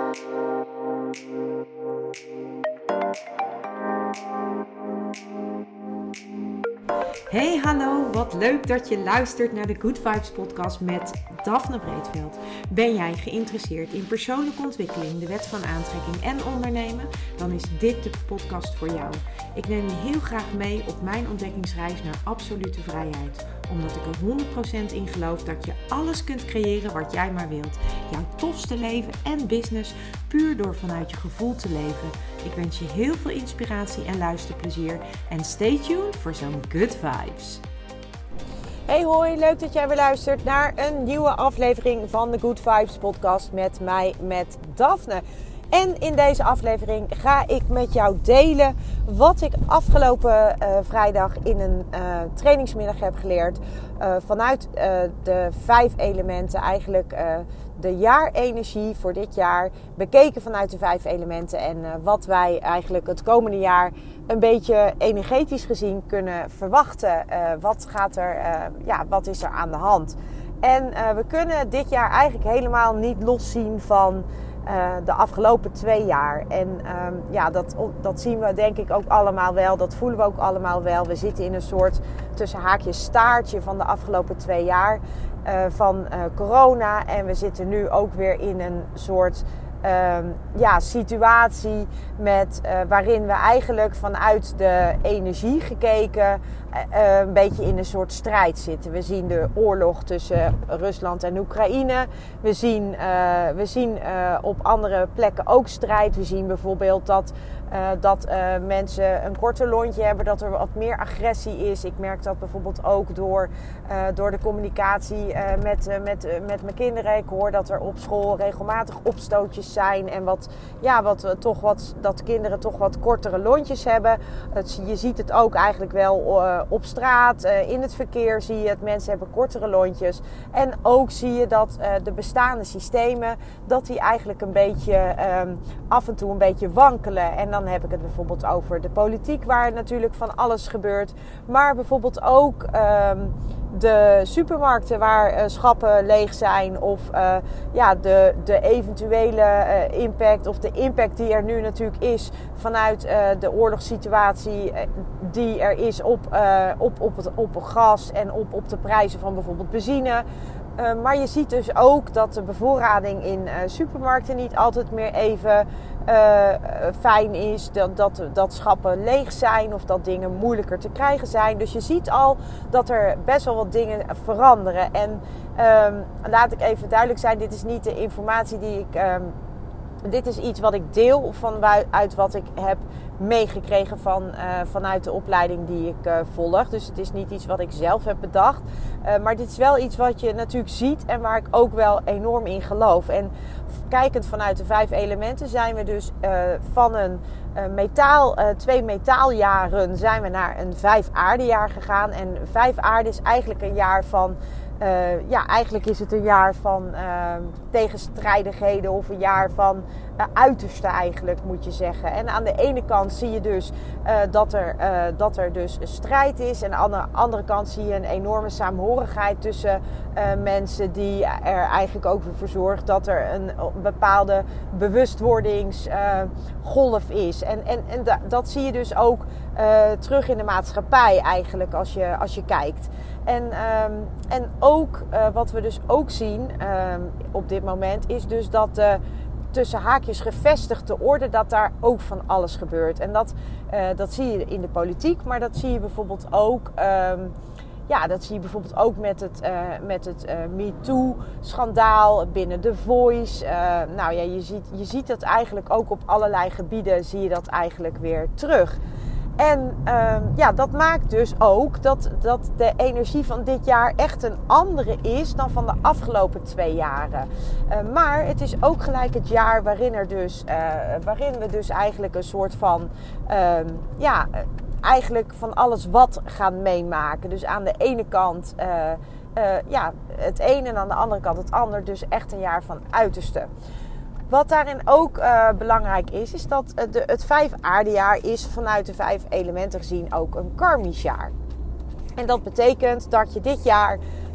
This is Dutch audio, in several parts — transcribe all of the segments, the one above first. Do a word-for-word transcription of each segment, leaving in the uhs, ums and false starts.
Hey, hallo, wat leuk dat je luistert naar de Good Vibes podcast met Daphne Breedveld. Ben jij geïnteresseerd in persoonlijke ontwikkeling, de wet van aantrekking en ondernemen? Dan is dit de podcast voor jou. Ik neem je heel graag mee op mijn ontdekkingsreis naar absolute vrijheid. Omdat ik er honderd procent in geloof dat je alles kunt creëren wat jij maar wilt. Jouw tofste leven en business puur door vanuit je gevoel te leven. Ik wens je heel veel inspiratie en luisterplezier. En stay tuned voor zo'n good vibes. Hey hoi, leuk dat jij weer luistert naar een nieuwe aflevering van de Good Vibes podcast met mij, met Daphne. En in deze aflevering ga ik met jou delen wat ik afgelopen uh, vrijdag in een uh, trainingsmiddag heb geleerd. Uh, vanuit uh, de vijf elementen, eigenlijk uh, de jaarenergie voor dit jaar. Bekeken vanuit de vijf elementen en uh, wat wij eigenlijk het komende jaar een beetje energetisch gezien kunnen verwachten. Uh, wat gaat er, uh, ja, wat is er aan de hand? En uh, we kunnen dit jaar eigenlijk helemaal niet loszien van Uh, de afgelopen twee jaar. En um, ja, dat, dat zien we denk ik ook allemaal wel. Dat voelen we ook allemaal wel. We zitten in een soort tussen haakjes staartje van de afgelopen twee jaar uh, van uh, corona. En we zitten nu ook weer in een soort Um, ja, situatie met, uh, waarin we eigenlijk vanuit de energie gekeken uh, een beetje in een soort strijd zitten. We zien de oorlog tussen Rusland en Oekraïne. We zien, uh, we zien uh, op andere plekken ook strijd. We zien bijvoorbeeld dat, uh, dat uh, mensen een korter lontje hebben, dat er wat meer agressie is. Ik merk dat bijvoorbeeld ook door, uh, door de communicatie uh, met, uh, met, uh, met mijn kinderen. Ik hoor dat er op school regelmatig opstootjes zijn en wat, ja, wat, uh, toch wat, dat kinderen toch wat kortere lontjes hebben. Het, je ziet het ook eigenlijk wel uh, op straat, uh, in het verkeer zie je het. Mensen hebben kortere lontjes. En ook zie je dat uh, de bestaande systemen, dat die eigenlijk een beetje um, af en toe een beetje wankelen. En dan heb ik het bijvoorbeeld over de politiek, waar natuurlijk van alles gebeurt. Maar bijvoorbeeld ook um, de supermarkten waar uh, schappen leeg zijn. Of uh, ja, de, de eventuele uh, impact of de impact die er nu natuurlijk is vanuit uh, de oorlogssituatie uh, die er is op, uh, op, op, het, op gas en op, op de prijzen van bijvoorbeeld benzine. Uh, maar je ziet dus ook dat de bevoorrading in uh, supermarkten niet altijd meer even uh, fijn is. Dat, dat, dat schappen leeg zijn of dat dingen moeilijker te krijgen zijn. Dus je ziet al dat er best wel wat dingen veranderen. En um, laat ik even duidelijk zijn, dit is niet de informatie die ik... Um, Dit is iets wat ik deel vanuit wat ik heb meegekregen van, uh, vanuit de opleiding die ik uh, volg. Dus het is niet iets wat ik zelf heb bedacht. Uh, maar dit is wel iets wat je natuurlijk ziet en waar ik ook wel enorm in geloof. En kijkend vanuit de vijf elementen zijn we dus uh, van een uh, metaal, uh, twee metaaljaren zijn we naar een vijf aardejaar gegaan. En vijf aarde is eigenlijk een jaar van... Uh, ja, eigenlijk is het een jaar van uh, tegenstrijdigheden of een jaar van uh, uiterste eigenlijk, moet je zeggen. En aan de ene kant zie je dus uh, dat, er, uh, dat er dus een strijd is. En aan de andere kant zie je een enorme saamhorigheid tussen uh, mensen die er eigenlijk ook voor zorgt dat er een bepaalde bewustwordingsgolf uh, is. En, en, en da- dat zie je dus ook uh, terug in de maatschappij eigenlijk als je, als je kijkt. En, um, en ook, uh, wat we dus ook zien um, op dit moment, is dus dat de tussen haakjes gevestigde orde, dat daar ook van alles gebeurt. En dat, uh, dat zie je in de politiek, maar dat zie je bijvoorbeeld ook... Um, Ja, dat zie je bijvoorbeeld ook met het, uh, met het uh, MeToo-schandaal binnen The Voice. Uh, nou ja, je ziet, je ziet dat eigenlijk ook op allerlei gebieden zie je dat eigenlijk weer terug. En uh, ja, dat maakt dus ook dat, dat de energie van dit jaar echt een andere is dan van de afgelopen twee jaren. Uh, maar het is ook gelijk het jaar waarin, er dus, uh, waarin we dus eigenlijk een soort van... Uh, ja, eigenlijk van alles wat gaan meemaken. Dus aan de ene kant uh, uh, ja, het een en aan de andere kant het ander. Dus echt een jaar van uiterste. Wat daarin ook uh, belangrijk is, is dat de, het vijf aardejaar is vanuit de vijf elementen gezien ook een karmisch jaar. En dat betekent dat je dit jaar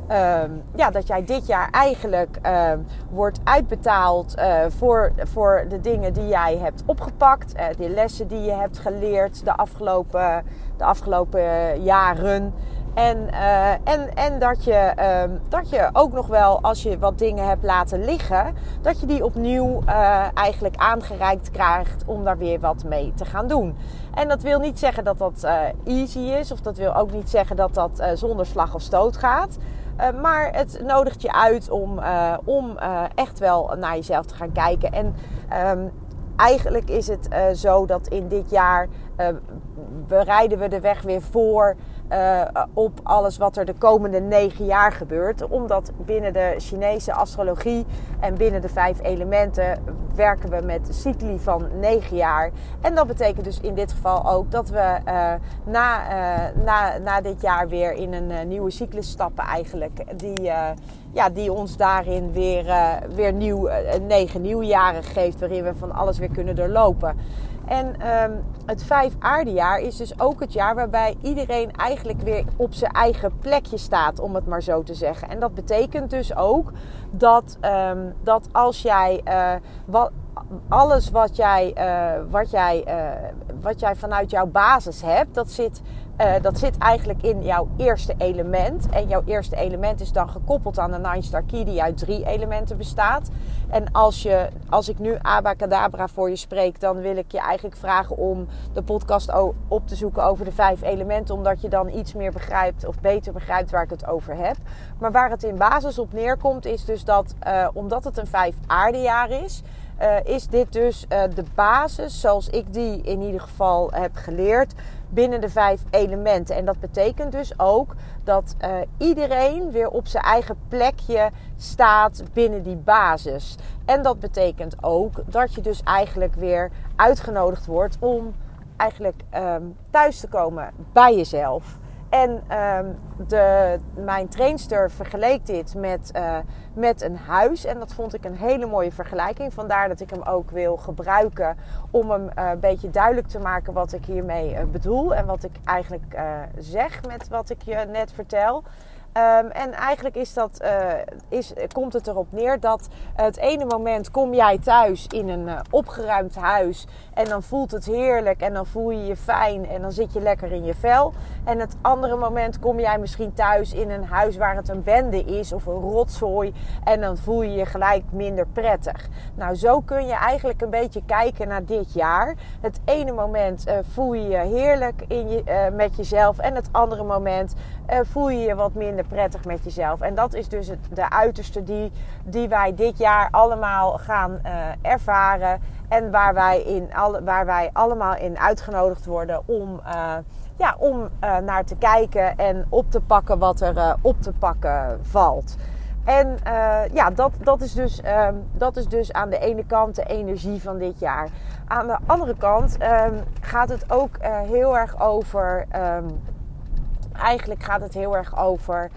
Um, ja, dat jij dit jaar eigenlijk um, wordt uitbetaald uh, voor, voor de dingen die jij hebt opgepakt. Uh, de lessen die je hebt geleerd de afgelopen, de afgelopen jaren. En, uh, en, en dat, je, um, dat je ook nog wel, als je wat dingen hebt laten liggen, dat je die opnieuw uh, eigenlijk aangereikt krijgt om daar weer wat mee te gaan doen. En dat wil niet zeggen dat dat uh, easy is, of dat wil ook niet zeggen dat dat uh, zonder slag of stoot gaat. Uh, maar het nodigt je uit om, uh, om uh, echt wel naar jezelf te gaan kijken. En um, eigenlijk is het uh, zo dat in dit jaar uh, bereiden we de weg weer voor uh, op alles wat er de komende negen jaar gebeurt. Omdat binnen de Chinese astrologie en binnen de vijf elementen werken we met cycli van negen jaar. En dat betekent dus in dit geval ook dat we uh, na, uh, na, na dit jaar weer in een uh, nieuwe cyclus stappen eigenlijk. Die, uh, ja, die ons daarin weer, uh, weer nieuw, uh, negen nieuwjaren geeft waarin we van alles weer kunnen doorlopen. En um, het vijf aardejaar is dus ook het jaar waarbij iedereen eigenlijk weer op zijn eigen plekje staat, om het maar zo te zeggen. En dat betekent dus ook dat, um, dat als jij uh, wat, alles wat jij, uh, wat, jij, uh, wat jij vanuit jouw basis hebt, dat zit, uh, dat zit eigenlijk in jouw eerste element. En jouw eerste element is dan gekoppeld aan de Nine Star Key die uit drie elementen bestaat. En als, je, als ik nu Abacadabra voor je spreek, dan wil ik je eigenlijk vragen om de podcast op te zoeken over de vijf elementen. Omdat je dan iets meer begrijpt of beter begrijpt waar ik het over heb. Maar waar het in basis op neerkomt is dus dat, uh, omdat het een vijf aardejaar is, Uh, is dit dus uh, de basis zoals ik die in ieder geval heb geleerd binnen de vijf elementen. En dat betekent dus ook dat uh, iedereen weer op zijn eigen plekje staat binnen die basis. En dat betekent ook dat je dus eigenlijk weer uitgenodigd wordt om eigenlijk um, thuis te komen bij jezelf. En um, de, mijn trainster vergeleek dit met, uh, met een huis. En dat vond ik een hele mooie vergelijking. Vandaar dat ik hem ook wil gebruiken om hem uh, een beetje duidelijk te maken wat ik hiermee uh, bedoel. En wat ik eigenlijk uh, zeg met wat ik je net vertel. Um, en eigenlijk is dat, uh, is, komt het erop neer dat het ene moment kom jij thuis in een uh, opgeruimd huis. En dan voelt het heerlijk en dan voel je je fijn en dan zit je lekker in je vel. En het andere moment kom jij misschien thuis in een huis waar het een bende is of een rotzooi. En dan voel je je gelijk minder prettig. Nou, zo kun je eigenlijk een beetje kijken naar dit jaar. Het ene moment uh, voel je je heerlijk in je, uh, met jezelf. En het andere moment uh, voel je je wat minder prettig met jezelf. En dat is dus het, de uiterste die, die wij dit jaar allemaal gaan uh, ervaren. En waar wij, in alle, waar wij allemaal in uitgenodigd worden om, uh, ja, om uh, naar te kijken en op te pakken wat er uh, op te pakken valt. En uh, ja, dat, dat, is dus, um, dat is dus aan de ene kant de energie van dit jaar. Aan de andere kant um, gaat het ook uh, heel erg over... Um, Eigenlijk gaat het heel erg over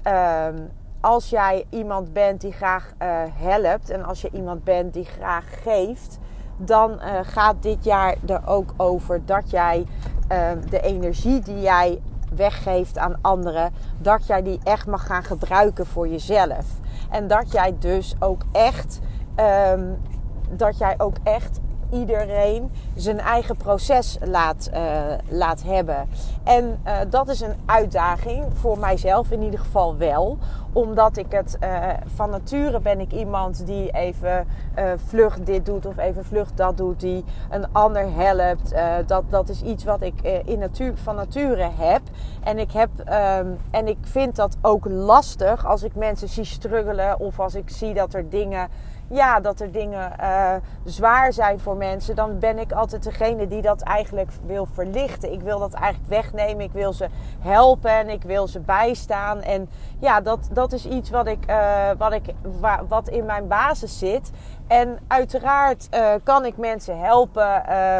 um, als jij iemand bent die graag uh, helpt en als je iemand bent die graag geeft, dan uh, gaat dit jaar er ook over dat jij uh, de energie die jij weggeeft aan anderen, dat jij die echt mag gaan gebruiken voor jezelf. En dat jij dus ook echt, um, dat jij ook echt iedereen zijn eigen proces laat, uh, laat hebben. En uh, dat is een uitdaging voor mijzelf in ieder geval wel. Omdat ik het uh, van nature ben ik iemand die even uh, vlug dit doet of even vlug dat doet. Die een ander helpt. Uh, dat, dat is iets wat ik uh, in natuur, van nature heb. En ik, heb um, en ik vind dat ook lastig als ik mensen zie struggelen. Of als ik zie dat er dingen... Ja, dat er dingen uh, zwaar zijn voor mensen, dan ben ik altijd degene die dat eigenlijk wil verlichten. Ik wil dat eigenlijk wegnemen, ik wil ze helpen en ik wil ze bijstaan. En ja, dat, dat is iets wat, ik, uh, wat, ik, wa, wat in mijn basis zit. En uiteraard uh, kan ik mensen helpen um,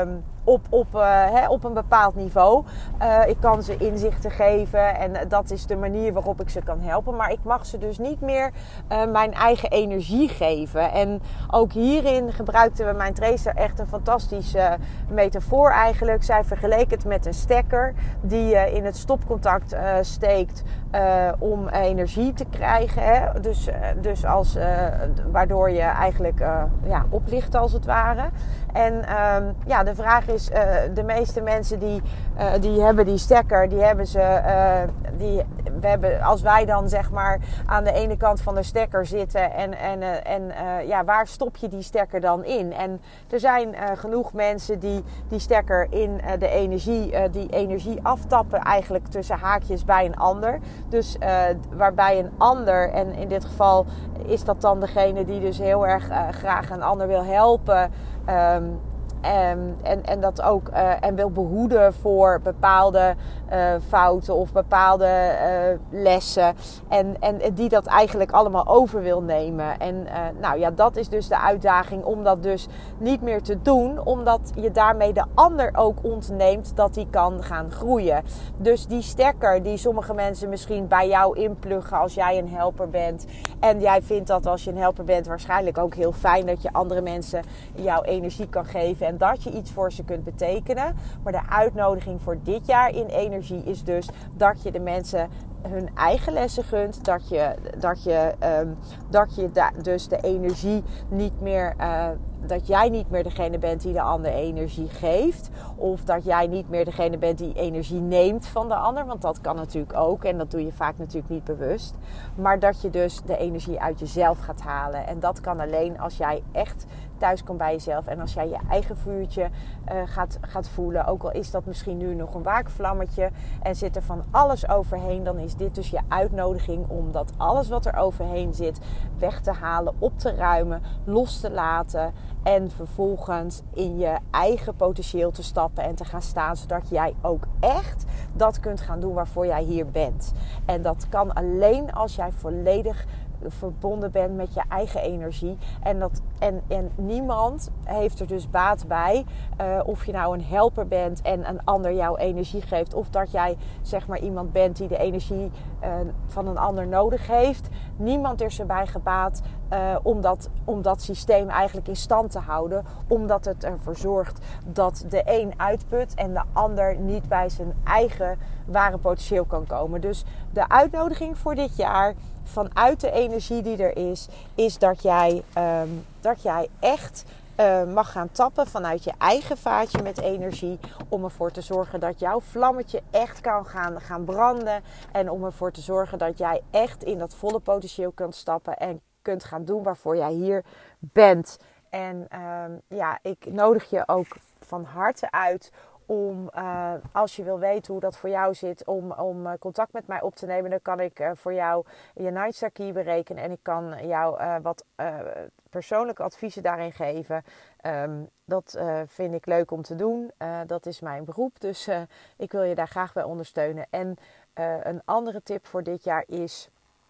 op, op, uh, hè, op een bepaald niveau. Uh, ik kan ze inzichten geven en dat is de manier waarop ik ze kan helpen. Maar ik mag ze dus niet meer uh, mijn eigen energie geven. En ook hierin gebruikten we mijn tracer echt een fantastische metafoor eigenlijk. Zij vergeleek het met een stekker die je in het stopcontact uh, steekt uh, om energie te krijgen. Hè? Dus, uh, dus als, uh, waardoor je eigenlijk uh, ja, oplicht als het ware. En uh, ja, de vraag is, uh, de meeste mensen die, uh, die hebben die stekker, die hebben ze, uh, die, we hebben, als wij dan zeg maar aan de ene kant van de stekker zitten en, en, uh, en uh, ja, waar stop je die stekker dan in? En er zijn uh, genoeg mensen die die stekker in uh, de energie, uh, die energie aftappen eigenlijk tussen haakjes bij een ander. Dus uh, waarbij een ander, en in dit geval is dat dan degene die dus heel erg uh, graag een ander wil helpen. Um, En, en, en dat ook uh, en wil behoeden voor bepaalde uh, fouten of bepaalde uh, lessen. En, en die dat eigenlijk allemaal over wil nemen. En uh, nou ja, dat is dus de uitdaging om dat dus niet meer te doen. Omdat je daarmee de ander ook ontneemt dat die kan gaan groeien. Dus die stekker die sommige mensen misschien bij jou inpluggen als jij een helper bent. En jij vindt dat als je een helper bent waarschijnlijk ook heel fijn dat je andere mensen jouw energie kan geven. En dat je iets voor ze kunt betekenen. Maar de uitnodiging voor dit jaar in energie is dus dat je de mensen hun eigen lessen gunt. Dat je, dat je, um, dat je da- dus de energie niet meer... Uh, dat jij niet meer degene bent die de ander energie geeft. Of dat jij niet meer degene bent die energie neemt van de ander. Want dat kan natuurlijk ook. En dat doe je vaak natuurlijk niet bewust. Maar dat je dus de energie uit jezelf gaat halen. En dat kan alleen als jij echt thuis komt bij jezelf. En als jij je eigen vuurtje uh, gaat, gaat voelen. Ook al is dat misschien nu nog een waakvlammetje. En zit er van alles overheen. Dan is dit dus je uitnodiging om dat alles wat er overheen zit weg te halen. Op te ruimen. Los te laten. En vervolgens in je eigen potentieel te stappen en te gaan staan. Zodat jij ook echt dat kunt gaan doen waarvoor jij hier bent. En dat kan alleen als jij volledig verbonden bent met je eigen energie. En, dat, en, en niemand heeft er dus baat bij. Uh, of je nou een helper bent en een ander jouw energie geeft. Of dat jij zeg maar iemand bent die de energie uh, van een ander nodig heeft. Niemand is erbij gebaat uh, om, dat, om dat systeem eigenlijk in stand te houden. Omdat het ervoor zorgt dat de een uitput en de ander niet bij zijn eigen ware potentieel kan komen. Dus de uitnodiging voor dit jaar vanuit de energie die er is, is dat jij, um, dat jij echt uh, mag gaan tappen vanuit je eigen vaatje met energie. Om ervoor te zorgen dat jouw vlammetje echt kan gaan, gaan branden. En om ervoor te zorgen dat jij echt in dat volle potentieel kunt stappen en kunt gaan doen waarvoor jij hier bent. En um, ja, ik nodig je ook van harte uit om, uh, als je wil weten hoe dat voor jou zit, om, om uh, contact met mij op te nemen. Dan kan ik uh, voor jou je Nightstar Key berekenen. En ik kan jou uh, wat uh, persoonlijke adviezen daarin geven. Um, dat uh, vind ik leuk om te doen. Uh, dat is mijn beroep. Dus uh, ik wil je daar graag bij ondersteunen. En uh, een andere tip voor dit jaar is,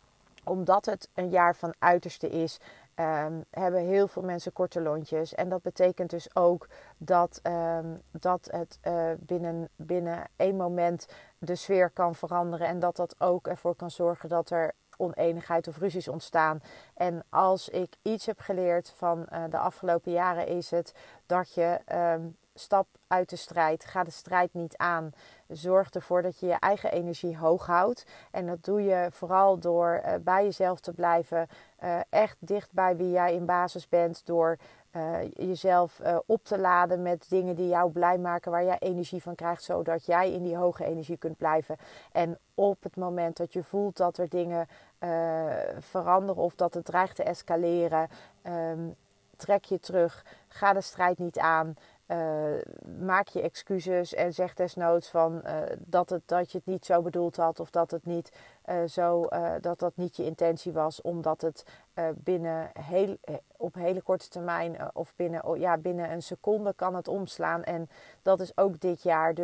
omdat het een jaar van uiterste is, Um, hebben heel veel mensen korte lontjes. En dat betekent dus ook dat, um, dat het uh, binnen, binnen één moment de sfeer kan veranderen. En dat dat ook ervoor kan zorgen dat er oneenigheid of ruzies ontstaan. En als ik iets heb geleerd van uh, de afgelopen jaren is het dat je um, stap uit de strijd. Ga de strijd niet aan. Zorg ervoor dat je je eigen energie hoog houdt. En dat doe je vooral door uh, bij jezelf te blijven. Uh, echt dicht bij wie jij in basis bent. Door uh, jezelf uh, op te laden met dingen die jou blij maken. Waar jij energie van krijgt. Zodat jij in die hoge energie kunt blijven. En op het moment dat je voelt dat er dingen uh, veranderen. Of dat het dreigt te escaleren. Um, trek je terug. Ga de strijd niet aan. Uh, maak je excuses en zeg desnoods van uh, dat, het, dat je het niet zo bedoeld had of dat het niet uh, zo uh, dat dat niet je intentie was, omdat het uh, binnen heel, op hele korte termijn uh, of binnen, oh, ja, binnen een seconde kan het omslaan. En dat is ook dit jaar. Dus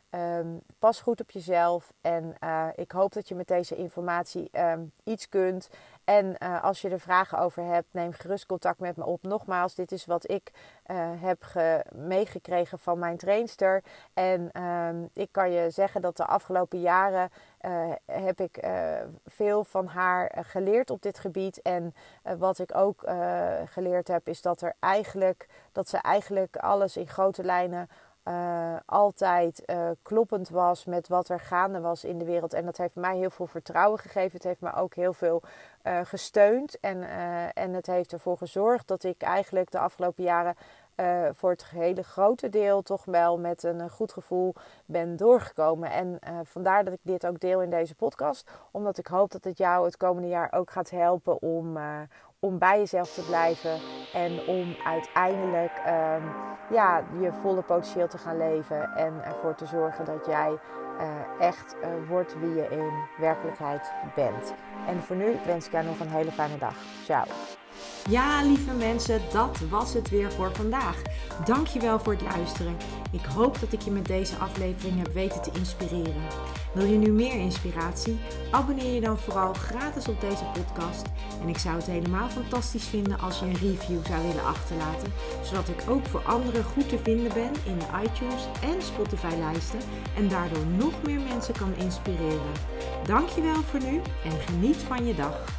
Um, pas goed op jezelf en uh, ik hoop dat je met deze informatie um, iets kunt. En uh, als je er vragen over hebt, neem gerust contact met me op. Nogmaals, dit is wat ik uh, heb ge- meegekregen van mijn trainster. En um, ik kan je zeggen dat de afgelopen jaren uh, heb ik uh, veel van haar uh, geleerd op dit gebied. En uh, wat ik ook uh, geleerd heb, is dat er eigenlijk dat ze eigenlijk alles in grote lijnen Uh, altijd uh, kloppend was met wat er gaande was in de wereld. En dat heeft mij heel veel vertrouwen gegeven. Het heeft me ook heel veel uh, gesteund. En, uh, en het heeft ervoor gezorgd dat ik eigenlijk de afgelopen jaren uh, voor het hele grote deel toch wel met een uh, goed gevoel ben doorgekomen. En uh, vandaar dat ik dit ook deel in deze podcast. Omdat ik hoop dat het jou het komende jaar ook gaat helpen om... Uh, om bij jezelf te blijven en om uiteindelijk um, ja, je volle potentieel te gaan leven en ervoor te zorgen dat jij uh, echt uh, wordt wie je in werkelijkheid bent. En voor nu wens ik jou nog een hele fijne dag. Ciao. Ja, lieve mensen, dat was het weer voor vandaag. Dankjewel voor het luisteren. Ik hoop dat ik je met deze aflevering heb weten te inspireren. Wil je nu meer inspiratie? Abonneer je dan vooral gratis op deze podcast. En ik zou het helemaal fantastisch vinden als je een review zou willen achterlaten. Zodat ik ook voor anderen goed te vinden ben in de iTunes en Spotify lijsten. En daardoor nog meer mensen kan inspireren. Dankjewel voor nu en geniet van je dag.